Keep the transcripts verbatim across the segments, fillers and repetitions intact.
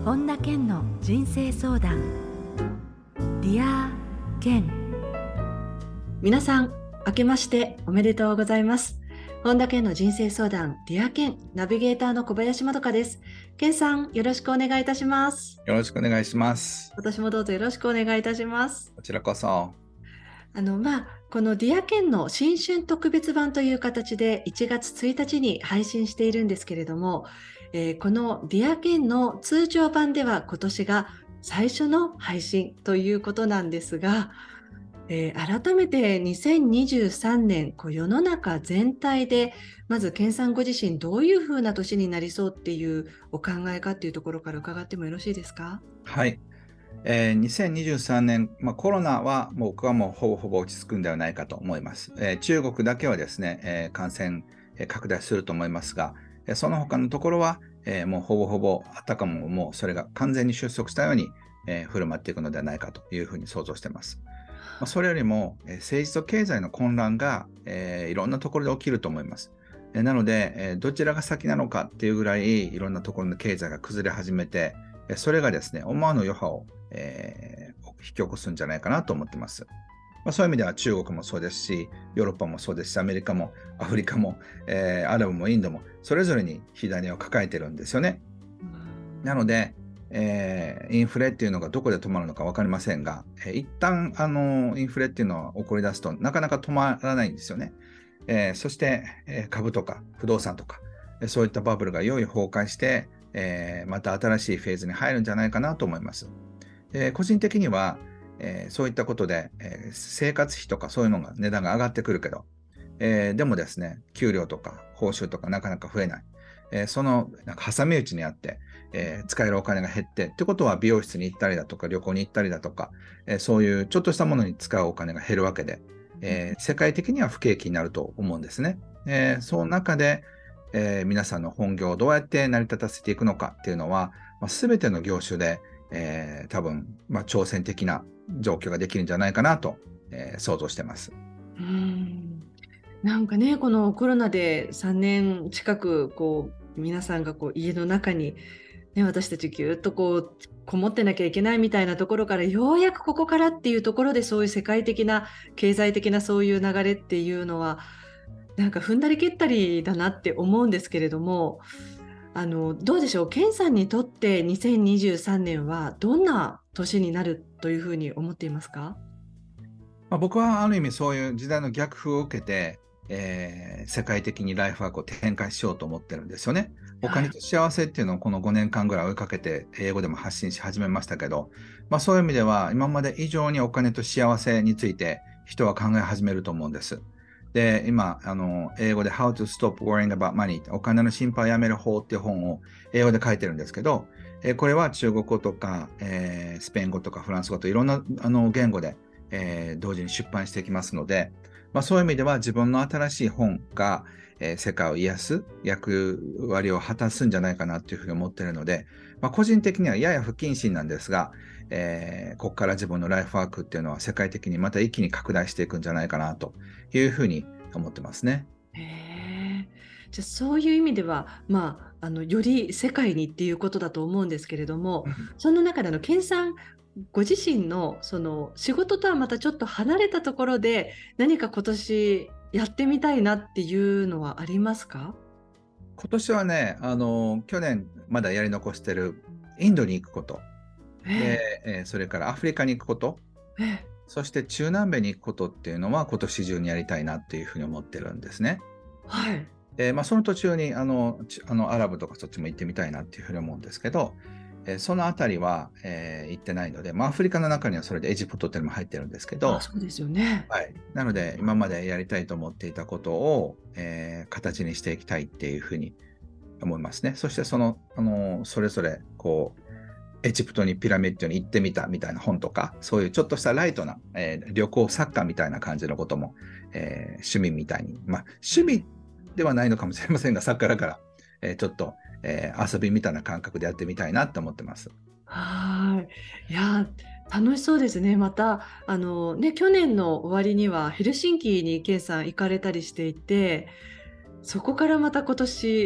本田健の人生相談。ディア健。皆さん明けましておめでとうございます。本田健の人生相談ディア健、ナビゲーターの小林まどかです。健さん、よろしくお願いいたします。 よろしくお願いします。 今年もどうぞよろしくお願いいたします。 こちらこそ。 あのまあこのディア健の新春特別版という形でいちがつついたちに配信しているんですけれども、えー、このディア健の通常版では今年が最初の配信ということなんですが、えー、改めてにせんにじゅうさんねん、こう世の中全体でまず健さんご自身どういうふうな年になりそうっていうお考えかっていうところから伺ってもよろしいですか？ はい、えー、にせんにじゅうさんねん、まあ、コロナはもう僕はもうほぼほぼ落ち着くんではないかと思います。えー、中国だけはですね、えー、感染拡大すると思いますが、その他のところは、えー、もうほぼほぼあたかももうそれが完全に収束したように、えー、振る舞っていくのではないかというふうに想像しています。まあ、それよりも、えー、政治と経済の混乱が、えー、いろんなところで起きると思います。えー、なので、えー、どちらが先なのかっていうぐらいいろんなところの経済が崩れ始めて、それがですね、思わぬ余波を、えー、引き起こすんじゃないかなと思っています。まあ、そういう意味では中国もそうですし、ヨーロッパもそうですし、アメリカもアフリカも、えー、アラブもインドもそれぞれに火種を抱えてるんですよね。なので、えー、インフレっていうのがどこで止まるのか分かりませんが、えー、一旦あのインフレっていうのは起こり出すとなかなか止まらないんですよね。えー、そして、えー、株とか不動産とか、そういったバブルがいよいよ崩壊して、えー、また新しいフェーズに入るんじゃないかなと思います。えー、個人的には、えー、そういったことで、えー、生活費とかそういうのが値段が上がってくるけど、えー、でもですね、給料とか報酬とかなかなか増えない。えー、そのなんか挟み撃ちにあって、えー、使えるお金が減ってってことは美容室に行ったりだとか旅行に行ったりだとか、えー、そういうちょっとしたものに使うお金が減るわけで、えー、世界的には不景気になると思うんですね。えー、その中で、えー、皆さんの本業をどうやって成り立たせていくのかっていうのは、まあ、全ての業種で、えー、多分、まあ、挑戦的な状況ができるんじゃないかなと、えー、想像してます。 うーん、なんかね、このコロナでさんねん近くこう皆さんがこう家の中に、ね、私たちぎゅっとこうこもってなきゃいけないみたいなところからようやくここからっていうところでそういう世界的な経済的なそういう流れっていうのはなんか踏んだり蹴ったりだなって思うんですけれども、あのどうでしょう、健さんにとってにせんにじゅうさんねんはどんな年になるというふうに思っていますか？ まあ、僕はある意味そういう時代の逆風を受けて、えー、世界的にライフワークを展開しようと思ってるんですよね。お金と幸せっていうのをこのごねんかんぐらい追いかけて英語でも発信し始めましたけど、まあ、そういう意味では今まで以上にお金と幸せについて人は考え始めると思うんです。で、今、あの、英語で How to Stop Worrying About Money お金の心配をやめる方っていう本を英語で書いてるんですけど、えー、これは中国語とか、えー、スペイン語とかフランス語といろんなあの言語でえー、同時に出版していきますので、まあ、そういう意味では自分の新しい本が、えー、世界を癒す役割を果たすんじゃないかなというふうに思っているので、まあ、個人的にはやや不謹慎なんですが、えー、ここから自分のライフワークっていうのは世界的にまた一気に拡大していくんじゃないかなというふうに思ってますね。 へー、じゃあそういう意味では、まあ、あのより世界にっていうことだと思うんですけれども、その中での健さんご自身のその仕事とはまたちょっと離れたところで何か今年やってみたいなっていうのはありますか？ 今年はね、あの去年まだやり残してるインドに行くことで、えー、それからアフリカに行くこと、 えそして中南米に行くことっていうのは今年中にやりたいなっていうふうに思ってるんですね。 はい。 えーまあ、その途中にあのあのアラブとかそっちも行ってみたいなっていうふうに思うんですけど、えー、そのあたりは、えー、行ってないので、まあ、アフリカの中にはそれでエジプトっていうのも入ってるんですけど、 あ、そうですよね。 はい、なので今までやりたいと思っていたことを、えー、形にしていきたいっていうふうに思いますね。そしてその、あのそれぞれこうエジプトにピラミッドに行ってみたみたいな本とか、そういうちょっとしたライトな、えー、旅行作家みたいな感じのことも、えー、趣味みたいに、まあ趣味ではないのかもしれませんが、作家だから、えー、ちょっと、えー、遊びみたいな感覚でやってみたいなと思ってます。 はい。いや、楽しそうですね。また、あのね、去年の終わりにはヘルシンキに健さん行かれたりしていて、そこからまた今年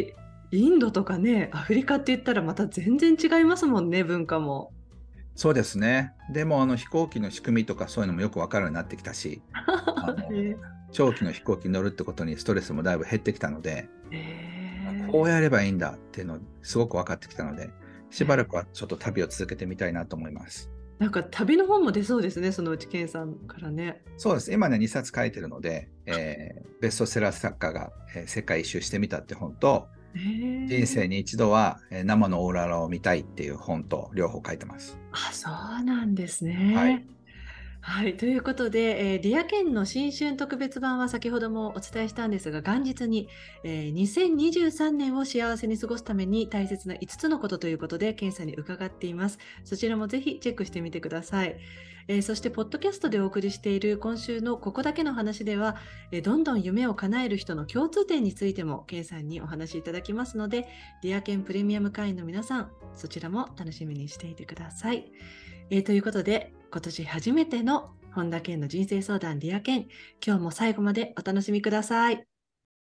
インドとかね、アフリカって言ったらまた全然違いますもんね、文化も。 そうですね。でもあの飛行機の仕組みとかそういうのもよく分かるようになってきたし、あのへ長期の飛行機に乗るってことにストレスもだいぶ減ってきたので、こうえ。 やればいいんだっていうのすごく分かってきたので、しばらくはちょっと旅を続けてみたいなと思います。 なんか旅の本も出そうですね、そのうち健さんからね。 そうです。今ね、にさつ書いてるので、えーベストセラー作家が、えー世界一周してみたって本と、 へ人生え。 に一度は、えー生のオーロラを見たいっていう本と両方書いてます。 あ、そうなんですはい。 ね。はい、ということで、えー、ディアケンの新春特別版は先ほどもお伝えしたんですが、元日に、えーにせんにじゅうさんねんを幸せに過ごすために大切ないつつのことということで、ケンさんに伺っています。そちらもぜひチェックしてみてください。えーそして、ポッドキャストでお送りしている今週のここだけの話では、えーどんどん夢を叶える人の共通点についても、ケンさんにお話しいただきますので、ディアケンプレミアム会員の皆さん、そちらも楽しみにしていてください。えーということで、今年初めての本田健の人生相談ディア健、今日も最後までお楽しみください。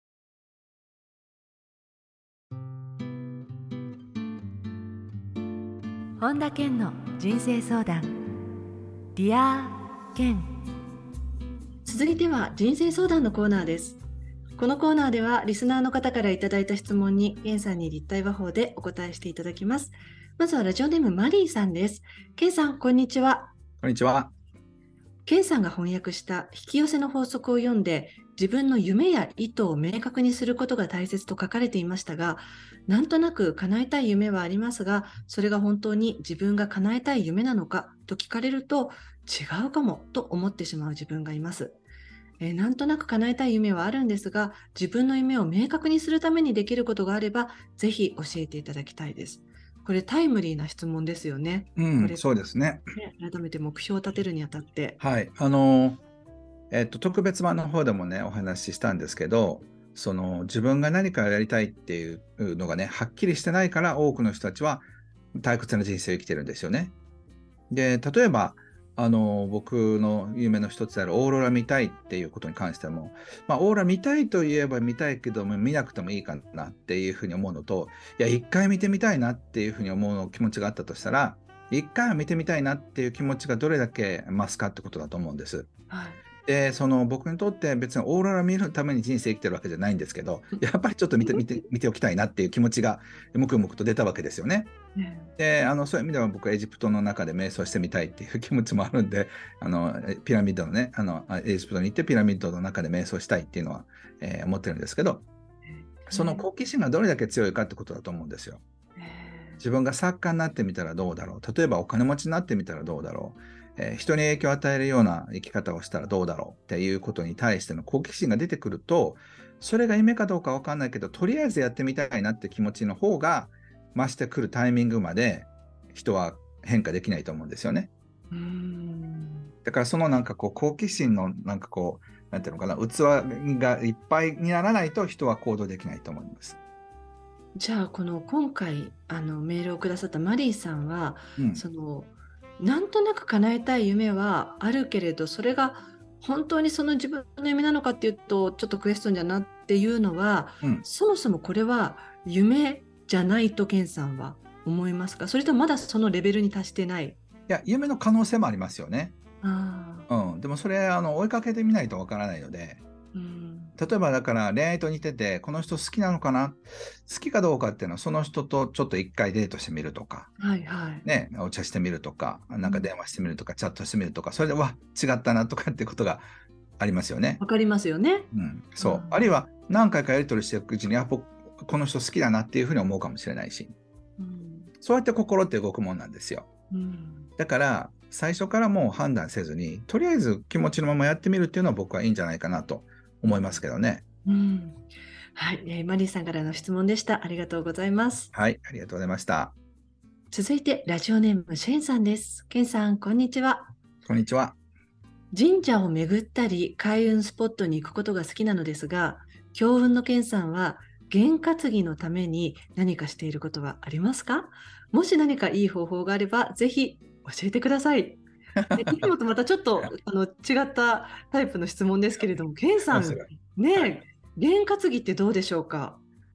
本田健の人生相談ディア健。続いては人生相談のコーナーです。このコーナーではリスナーの方からいただいた質問に健さんに立体話法でお答えしていただきます。まずはラジオネームマリーさんです。健さん、こんにちは。 こんにちは。 健さんが翻訳した引き寄せの法則を読んで、自分の夢や意図を明確にすることが大切と書かれていましたが、なんとなく叶えたい夢はありますが、それが本当に自分が叶えたい夢なのかと聞かれると、違うかもと思ってしまう自分がいます。えーなんとなく叶えたい夢はあるんですが、自分の夢を明確にするためにできることがあれば、ぜひ教えていただきたいです。これタイムリーな質問ですよね。 うん、 これ、 そうですね。 ね、改めて目標を立てるにあたって。 はい。あの、えっと、特別版の方でもね、お話ししたんですけど、その自分が何かやりたいっていうのがね、はっきりしてないから多くの人たちは退屈な人生を生きてるんですよね。で、例えば、あの、僕の夢の一つであるオーロラ見たいっていうことに関しても、まあ、オーロラ見たいといえば見たいけども、見なくてもいいかなっていうふうに思うのと、いや、一回見てみたいなっていうふうに思う気持ちがあったとしたら、一回は見てみたいなっていう気持ちがどれだけ増すかってことだと思うんです。 はい。 で、その僕にとって別にオーロラ見るために人生生きてるわけじゃないんですけど、やっぱりちょっと見て、見て、見ておきたいなっていう気持ちがむくむくと出たわけですよね。 ねで、あの、そういう意味では僕はエジプトの中で瞑想してみたいっていう気持ちもあるんで、あの、えピラミッドのね、あの、エジプトに行ってピラミッドの中で瞑想したいっていうのは、えー思ってるんですけど、その好奇心がどれだけ強いかってことだと思うんですよ。 ね自分が作家になってみたらどうだろう。例えばお金持ちになってみたらどうだろう。えー人に影響を与えるような生き方をしたらどうだろうっていうことに対しての好奇心が出てくると、それが夢かどうかわかんないけど、とりあえずやってみたいなって気持ちの方が増してくるタイミングまで人は変化できないと思うんですよね。 うーん。 だからそのなんかこう好奇心のなんかこう、なんていうのかな、器がいっぱいにならないと人は行動できないと思います。 じゃあ、この今回あのメールをくださったマリーさんは、 うん。 そのなんとなく叶えたい夢はあるけれど、それが本当にその自分の夢なのかっていうと、ちょっとクエスチョンじゃなっていうのは、 うん。 そもそもこれは夢じゃないとケンさんは思いますか？それともまだそのレベルに達してない？ いや、夢の可能性もありますよね。 ああ、 うん。でもそれ、あの、追いかけてみないとわからないので、 うん、 例えばだから恋愛と似てて、この人好きなのかな、好きかどうかっていうのは、その人とちょっと一回デートしてみるとか、 はいはい。 ね、お茶してみるとか、なんうんか電話してみるとか、チャットしてみるとか、それで、わ、違ったなとかってことがありますよね。 わかりますよね。 うん。そう。あるいうんは何回かやり取りしていくうちに、あ、僕、この人好きだなっていうふうに思うかもしれないし、 うんそうやって心って動くもんなんですよ。 うんだから、最初からもう判断せずに、とりあえず気持ちのままやってみるっていうのは僕はいいんじゃないかなと思いますけどね。 うんはい、えーマリーさんからの質問でした。ありがとうございます。 はい、ありがとうございました。 続いてラジオネームシェンさんです。ケンさん、こんにちは。 こんにちは。 神社を巡ったり開運スポットに行くことが好きなのですが、強運のケンさんは験担ぎのために何かしていることはありますか？もし何かいい方法があればぜひ教えてください。でいつもとまたちょっとあの違ったタイプの質問ですけれども、ケンさん、 面白い。はい。 ねえ、験担ぎってどうでしょうか？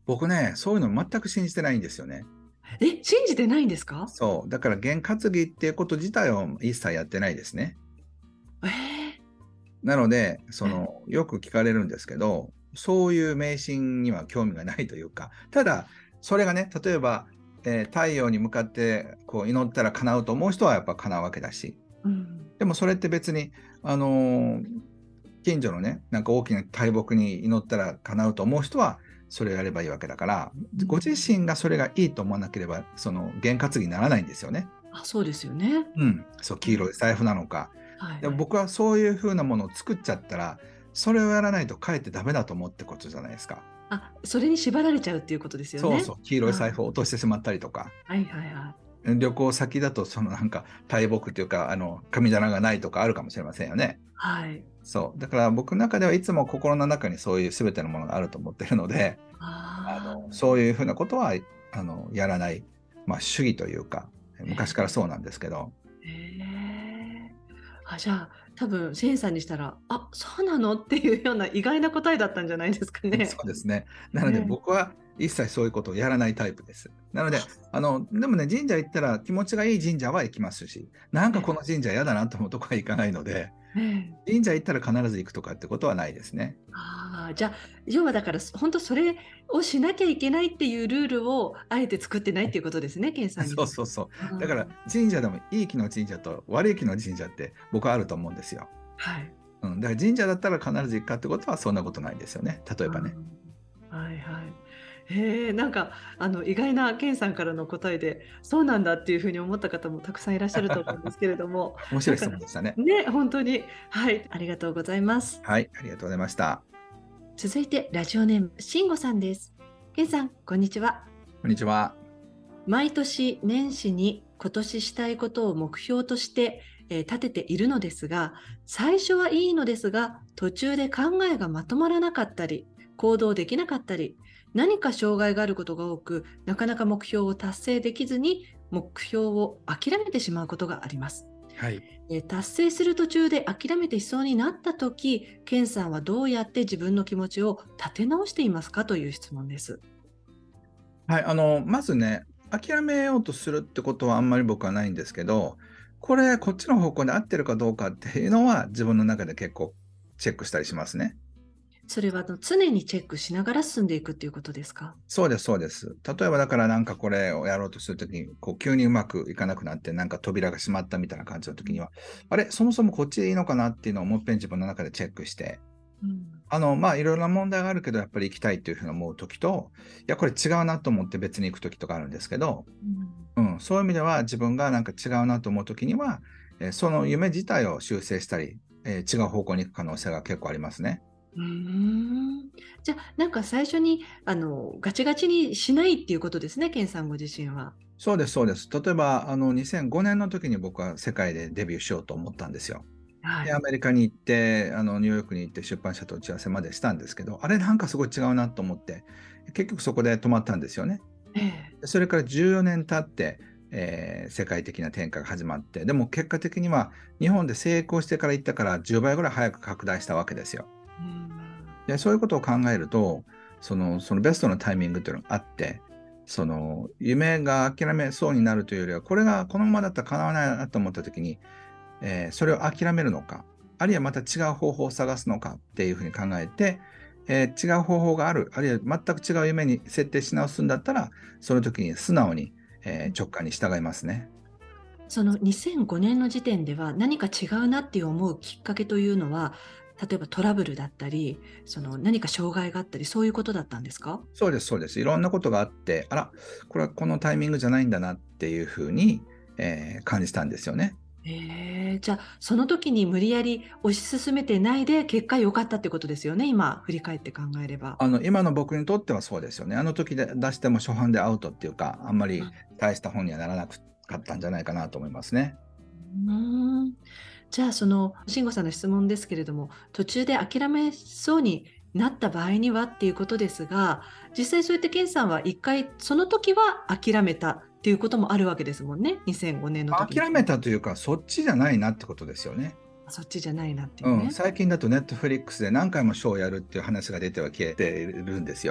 僕ね、そういうの全く信じてないんですよね。 え、信じてないんですか？ そう。だから、験担ぎっていうこと自体を一切やってないですね。 えーなので、そえの、よく聞かれるんですけど、そういう迷信には興味がないというか、ただ、それがね、例えば、えー太陽に向かってこう祈ったら叶うと思う人はやっぱ叶うわけだし、 うん、 でもそれって別に、あのー近所のね、なんか大きな大木に祈ったら叶うと思う人は、それをやればいいわけだから、ご自身がそれがいいと思わなければ、その験担ぎにならないんですよね。 あ、そうですよね。 うん、そう、黄色い財布なのか。でもはいはい。 僕はそういう風なものを作っちゃったら、それをやらないとかえってダメだと思うってことじゃないですか。 あ、それに縛られちゃうっていうことですよね。 そうそう、黄色い財布を落としてしまったりとか、 はいはいは旅行先だとそのなんか大木っていうか、あの、神棚がないとかあるかもしれませんよね。 い。はい。 そう。だから僕の中ではいつも心の中にそういう全てのものがあると思ってるので、ああの、そういうふうなことは、あの、やらない、まあ、主義というか、 あ、 昔からそうなんですけど、 へえ。あ、じゃあ、多分センさんにしたら、あ、そうなのっていうような意外な答えだったんじゃないですかね。 そうですね。なのでね。 僕は一切そういうことをやらないタイプです。なので、あの、でもね、神社行ったら気持ちがいい神社は行きますし、なんかこの神社嫌だなと思うとこは行かないので、 ええ。 神社行ったら必ず行くとかってことはないですね。 ああ、じゃあ、要はだから、本当それをしなきゃいけないっていうルールをあえて作ってないっていうことですね、ケンさんには。 そうそうそう。 あだからあ、 神社でもいい気の神社と悪い気の神社って僕はあると思うんですよ。 はい。 うん、だから神社だったら必ず行くかってことはそんなことないですよね。例えばね。 ああ、はいはい。へえ、なんかあの意外なケンさんからの答えで、そうなんだっていうふうに思った方もたくさんいらっしゃると思うんですけれども、 面白いなんか質問でしたね。 ね、本当に、はい、ありがとうございます。 はい、ありがとうございました。 続いてラジオネームしんごさんです。ケンさん、こんにちは。 こんにちは。 毎年年始に今年したいことを目標として、えー立てているのですが、最初はいいのですが、途中で考えがまとまらなかったり、行動できなかったり、何か障害があることが多く、なかなか目標を達成できずに、目標を諦めてしまうことがあります。 はい。 えー達成する途中で諦めてしそうになったとき、ケンさんはどうやって自分の気持ちを立て直していますかという質問です。 はい、あの、まずね、諦めようとするってことはあんまり僕はないんですけど、これ、こっちの方向で合ってるかどうかっていうのは自分の中で結構チェックしたりしますね。 それはあの常にチェックしながら進んでいくっていうことですか？ そうです、そうです。例えばだからなんかこれをやろうとするときに、こう急にうまくいかなくなって、なんか扉が閉まったみたいな感じのときには、あれ、そもそもこっちでいいのかなっていうのをもう一遍自分の中でチェックして、 うん、 あの、まあ、いろいろな問題があるけど、やっぱり行きたいっていうふうに思うときと、いや、これ違うなと思って別に行くときとかあるんですけど、 うん、 うん、そういう意味では自分がなんか違うなと思うときには、えーその夢自体を修正したり、えー違う方向に行く可能性が結構ありますね。 うーん。じゃあなんか最初にあのガチガチにしないっていうことですね、ケンさんご自身は。 そうです、そうです。例えば、あの、にせんごねんの時に僕は世界でデビューしようと思ったんですよ。で、アはい。 メリカに行って、あの、ニューヨークに行って出版社と打ち合わせまでしたんですけど、あれなんかすごい違うなと思って、結局そこで止まったんですよね。 ええ。 でそれからじゅうよねん経って、えー世界的な展開が始まって、でも結果的には日本で成功してから行ったからじゅうばいぐらい早く拡大したわけですよ。 うん。 で、そういうことを考えると、その、そのベストのタイミングっていうのがあって、その、夢が諦めそうになるというよりは、これがこのままだったら叶わないなと思った時に、えーそれを諦めるのか、あるいはまた違う方法を探すのかっていうふうに考えて、えー違う方法がある、あるいは全く違う夢に設定し直すんだったら、その時に素直に、えー直感に従いますね。 そのにせんごねんの時点では何か違うなって思うきっかけというのは、例えばトラブルだったり、その何か障害があったり、そういうことだったんですか？ そうです、そうです。いろんなことがあって、あら、これはこのタイミングじゃないんだなっていうふうに、えー感じたんですよね。 ええ、じゃあ、その時に無理やり推し進めてないで、結果良かったってことですよね、今振り返って考えれば。 あの、今の僕にとってはそうですよね。あの時で出しても初版でアウトっていうか、あんまり大した本にはならなかったんじゃないかなと思いますね。 うん。じゃあ、その、慎吾さんの質問ですけれども、途中で諦めそうになった場合にはっていうことですが、実際そうやって健さんは一回その時は諦めたっていうこともあるわけですもんね、にせんごねんの時に。 諦めたというか、そっちじゃないなってことですよね。 そっちじゃないなっていううん、 ね。 最近だとネットフリックスで何回もショーをやるっていう話が出ては消えているんですよ。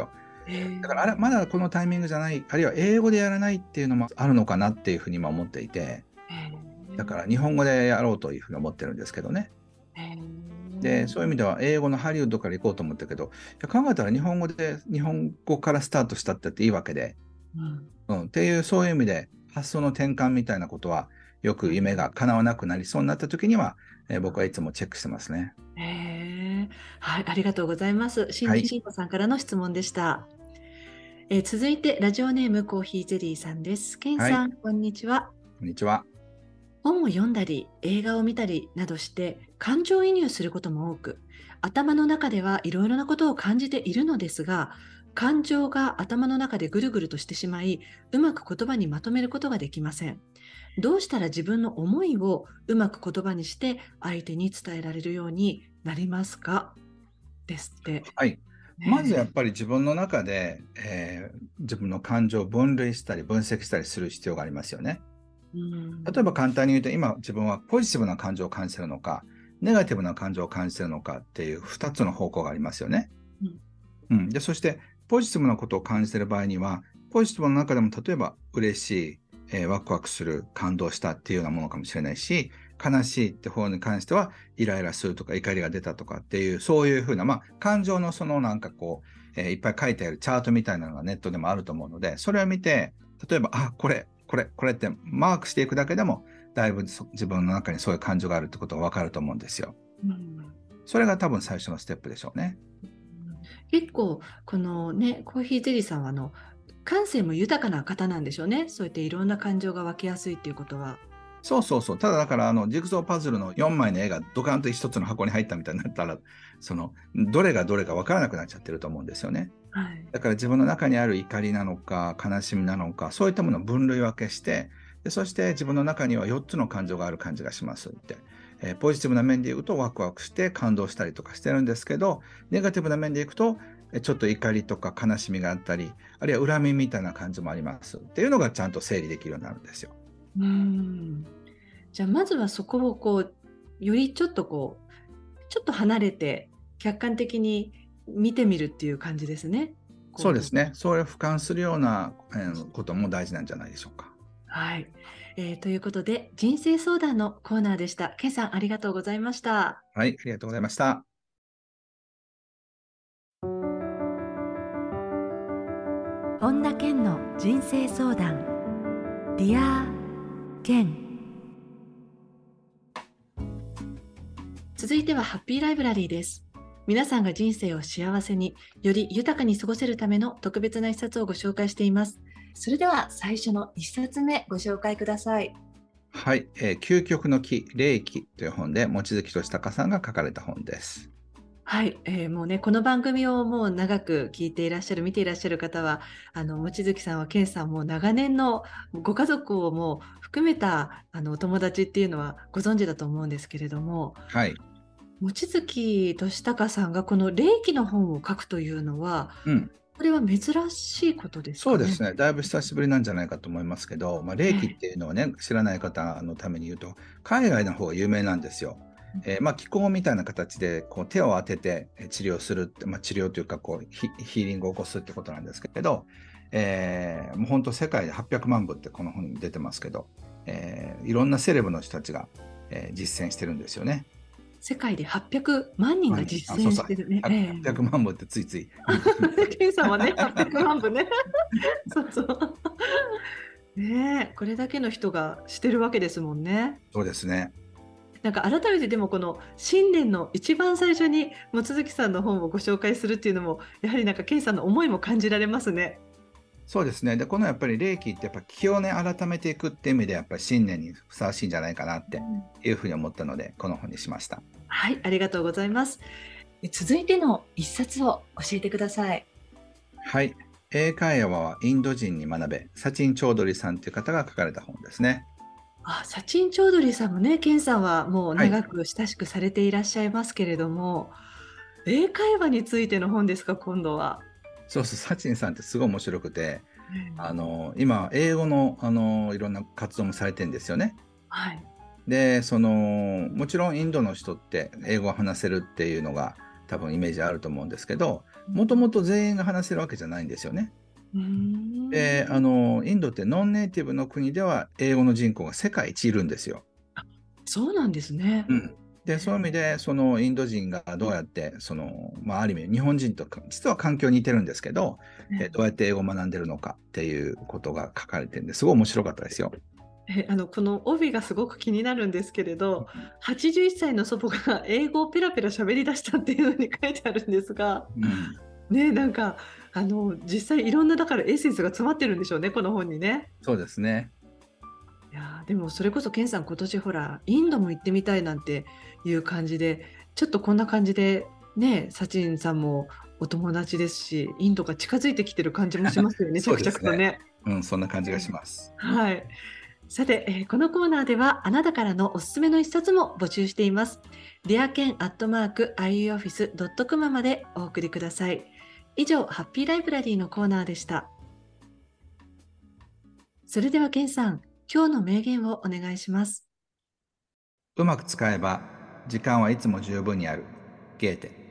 へだからあれまだこのタイミングじゃない、あるいは英語でやらないっていうのもあるのかなっていうふうに今思っていて、 え。 だから日本語でやろうというふうに思ってるんですけどね。 へえ。 で、そういう意味では英語のハリウッドから行こうと思ったけど、いや考えたら日本語で日本語からスタートしたってっていいわけで、 うん。 うん、っていうそういう意味で発想の転換みたいなことはよく夢が叶わなくなりそうになった時には、えー僕はいつもチェックしてますね。 へえ。はい、ありがとうございます。新はい。 次慎吾さんからの質問でした。えー続いてラジオネームコーヒーゼリーさんです。ケンはい。 さん、こんにちは。 こんにちは。 本を読んだり映画を見たりなどして感情移入することも多く、頭の中ではいろいろなことを感じているのですが、感情が頭の中でぐるぐるとしてしまい、うまく言葉にまとめることができません。どうしたら自分の思いをうまく言葉にして相手に伝えられるようになりますか、ですって。 はい。まずやっねぱり自分の中で、えー自分の感情を分類したり分析したりする必要がありますよね。 え。うん。 例えば簡単に言うと、今自分はポジティブな感情を感じているのか、ネガティブな感情を感じているのかっていうふたつの方向がありますよね。 うん。 うん、でそしてポジティブなことを感じている場合には、ポジティブの中でも例えば嬉しい、えーワクワクする、感動したっていうようなものかもしれないし、悲しいって方に関してはイライラするとか怒りが出たとかっていう、そういうふうな、まあ、感情のそのなんかこう、えーいっぱい書いてあるチャートみたいなのがネットでもあると思うので、それを見て、例えばあこれこれこれってマークしていくだけでもだいぶ自分の中にそういう感情があるってことが分かると思うんですよ。 うん。 それが多分最初のステップでしょうね。 結構このね、コーヒーゼリーさんはあの感性も豊かな方なんでしょうね。そうやっていろんな感情が湧きやすいっていうことは。 そうそうそう。ただだからあのジグソーパズルのよんまいの絵がドカンと一つの箱に入ったみたいになったら、そのどれがどれか分からなくなっちゃってると思うんですよね。 はい。 だから自分の中にある怒りなのか悲しみなのか、そういったものを分類分けして、でそして自分の中にはよっつの感情がある感じがしますって、えーポジティブな面で言うとワクワクして感動したりとかしてるんですけど、ネガティブな面でいくとえちょっと怒りとか悲しみがあったり、あるいは恨みみたいな感じもありますっていうのがちゃんと整理できるようになるんですよ。 うーん。じゃあまずはそこをこうよりちょっとこうちょっと離れて客観的に見てみるっていう感じですね。行動。 そうですね。それを俯瞰するような、えーことも大事なんじゃないでしょうか。 はい、えーということで人生相談のコーナーでした。ケンさんありがとうございました。 はい、ありがとうございました。 本田健の人生相談。ディア健。続いてはハッピーライブラリーです。皆さんが人生を幸せにより豊かに過ごせるための特別な一冊をご紹介しています。それでは最初の一冊目ご紹介ください。 はい、えー究極の木、霊気という本で、望月敏隆さんが書かれた本です。 はい、えーもうねこの番組をもう長く聞いていらっしゃる見ていらっしゃる方は、あの望月さんは健さんも長年のご家族をも含めたあのお友達っていうのはご存知だと思うんですけれども、 はい。 望月敏隆さんがこの霊気の本を書くというのは、 うん。 これは珍しいことですかね。 そうですね。だいぶ久しぶりなんじゃないかと思いますけど、まあ、霊気っええ。 ていうのはね、知らない方のために言うと、海外の方が有名なんですよ。えーまあ、気功みたいな形でこう手を当ててえー治療するって、まあ、治療というかこうヒ、ヒーリングを起こすってことなんですけど、えーもう本当世界ではっぴゃくまんぶってこの本に出てますけど、えーいろんなセレブの人たちが、えー実践してるんですよね。 世界ではっぴゃくまん人が実あ、そうそう。 践してるね。ええ。 はっぴゃくまんぶってついつい言ってしまった。 ケンさんはね、はっぴゃくまん部ね。そうそう。ねえ、これだけの人がしてるわけですもんね。 そうですね。 なんか改めてでもこの新年の一番最初に望月さんの本をご紹介するっていうのも、やはりなんかケンさんの思いも感じられますね。 そうですね。で、このやっぱり霊気ってやっぱ気をね、改めていくっていう意味でやっぱり新年にふさわしいんじゃないかなっていうふうに思ったので、この本にしました。 はい、ありがとうございます。続いての一冊を教えてください。 はい。英会話はインド人に学べ、サチン・チョードリさんという方が書かれた本ですね。 あ、サチン・チョードリーさんもね、ケンさんはもうはい。 長く親しくされていらっしゃいますけれども、英会話についての本ですか、今度は。 そうそう、サチンさんってすごい面白くて、 うん。 あの、今、英語の、あの、いろんな活動もされてるんですよね。 はい。 で、その、もちろんインドの人って英語を話せるっていうのが多分イメージあると思うんですけど、 もともと全員が話せるわけじゃないんですよね。 うーんで、あの、インドってノンネイティブの国では英語の人口が世界一いるんですよ。 そうなんですね。 うん。で、そういう意味で、そのインド人がどうやって、その、まあ、ある意味、日本人とか実は環境に似てるんですけど、えどうやって英語を学んでるのかっていうことが書かれてるんで、すごい面白かったですよ。 えあのこの帯がすごく気になるんですけれど、はちじゅういっさいの祖母が英語をペラペラ喋り出したっていうのに書いてあるんですが、 うん、 ね、なんかあの実際いろんなだからエッセンスが詰まってるんでしょうね、この本にね。 そうですね。 いやーでもそれこそケンさん今年ほらインドも行ってみたいなんていう感じで、ちょっとこんな感じでね、サチンさんもお友達ですし、インドが近づいてきてる感じもしますよね、着そうですね。 々とね。 うん、そんな感じがします。 はい。さて、えーこのコーナーではあなたからのおすすめの一冊も募集しています。ディアケンアットマーク アイユーオフィスドットコム までお送りください。以上、ハッピーライブラリーのコーナーでした。それではケンさん、今日の名言をお願いします。 うまく使えば、時間はいつも十分にある。ゲーテ。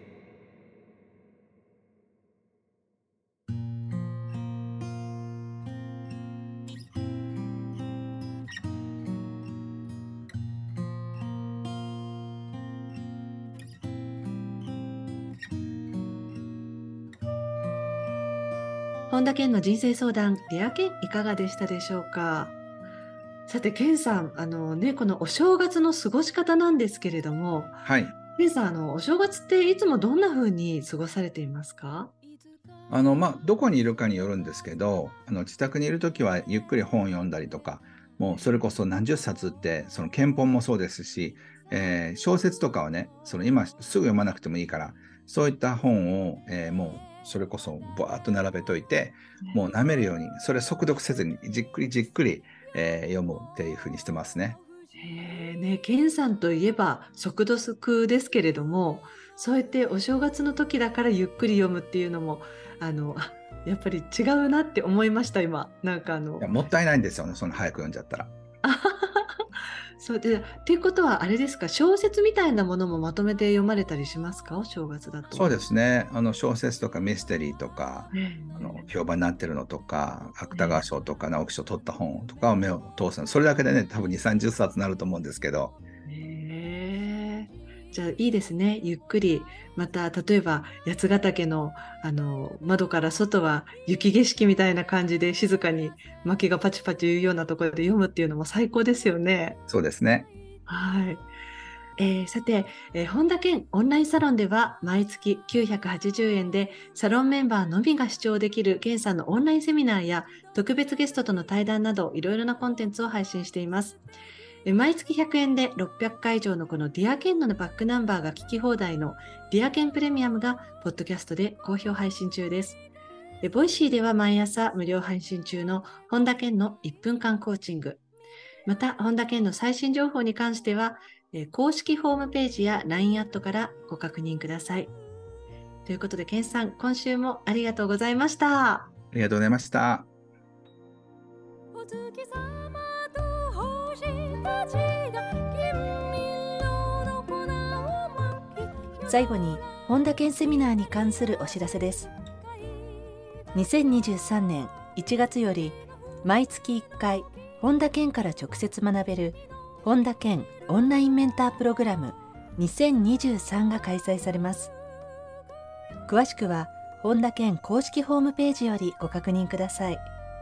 本田健の人生相談、ディアケンいかがでしたでしょうか。さて、ケンさん、あのね、このお正月の過ごし方なんですけれども、 はい。 ケンさん、あのお正月っていつもどんな風に過ごされていますか？ あの、まあ、どこにいるかによるんですけど、あの、自宅にいるときはゆっくり本を読んだりとか、もうそれこそ何十冊って、その憲法もそうですし、えー小説とかはね、その今すぐ読まなくてもいいから、そういった本を、えーもうそれこそバーッと並べといて、もう舐めるように、それ速読せずにじっくりじっくり、えー読むっていうふうにしてますね。 えーね、ケンさんといえば速読ですけれども、そうやってお正月の時だからゆっくり読むっていうのも、あの、あ、やっぱり違うなって思いました、今。なんかあの、 いや、もったいないんですよね、その早く読んじゃったら。 あはははそうで、っていうことはあれですか、小説みたいなものもまとめて読まれたりしますか、お正月だと。 そうですね。あの小説とかミステリーとか、あのね評判になってるのとか、 えね芥川賞とか直木賞取った本とかを目を通すの。それだけでね、多分に、さんじゅっさつになると思うんですけど、 えねえじゃあいいですね。ゆっくり、また例えば八ヶ岳の、あの窓から外は雪景色みたいな感じで静かに薪がパチパチ言うようなところで読むっていうのも最高ですよね。 そうですね。 はい。えーさて、えー本田健オンラインサロンでは毎月きゅうひゃくはちじゅうえんでサロンメンバーのみが視聴できる健さんのオンラインセミナーや特別ゲストとの対談などいろいろなコンテンツを配信しています。えー毎月ひゃくえんでろっぴゃっかい以上のこのディアケンのバックナンバーが聞き放題のディアケンプレミアムがポッドキャストで好評配信中です。えーボイシーでは毎朝無料配信中の本田健のいっぷんかんコーチング。また、本田健の最新情報に関しては、えー公式ホームページや ライン アットからご確認ください。ということで、健さん、今週もありがとうございました。 ありがとうございました。 お月様と星たちが金色の粉をまき、 最後に本田健セミナーに関するお知らせです。にせんにじゅうさんねんいちがつより毎月いっかい本田健から直接学べる本田健オンラインメンタープログラムにせんにじゅうさんが開催されます。詳しくは本田健公式ホームページよりご確認ください。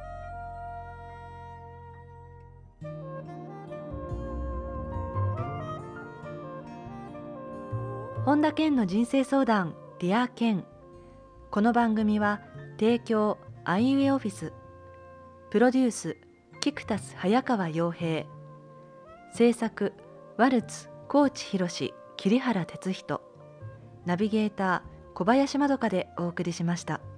本田健の人生相談ディア健。この番組は提供アイウェイオフィス、プロデュースキクタス早川洋平、制作ワルツ高知博桐原哲人、ナビゲーター小林まどかでお送りしました。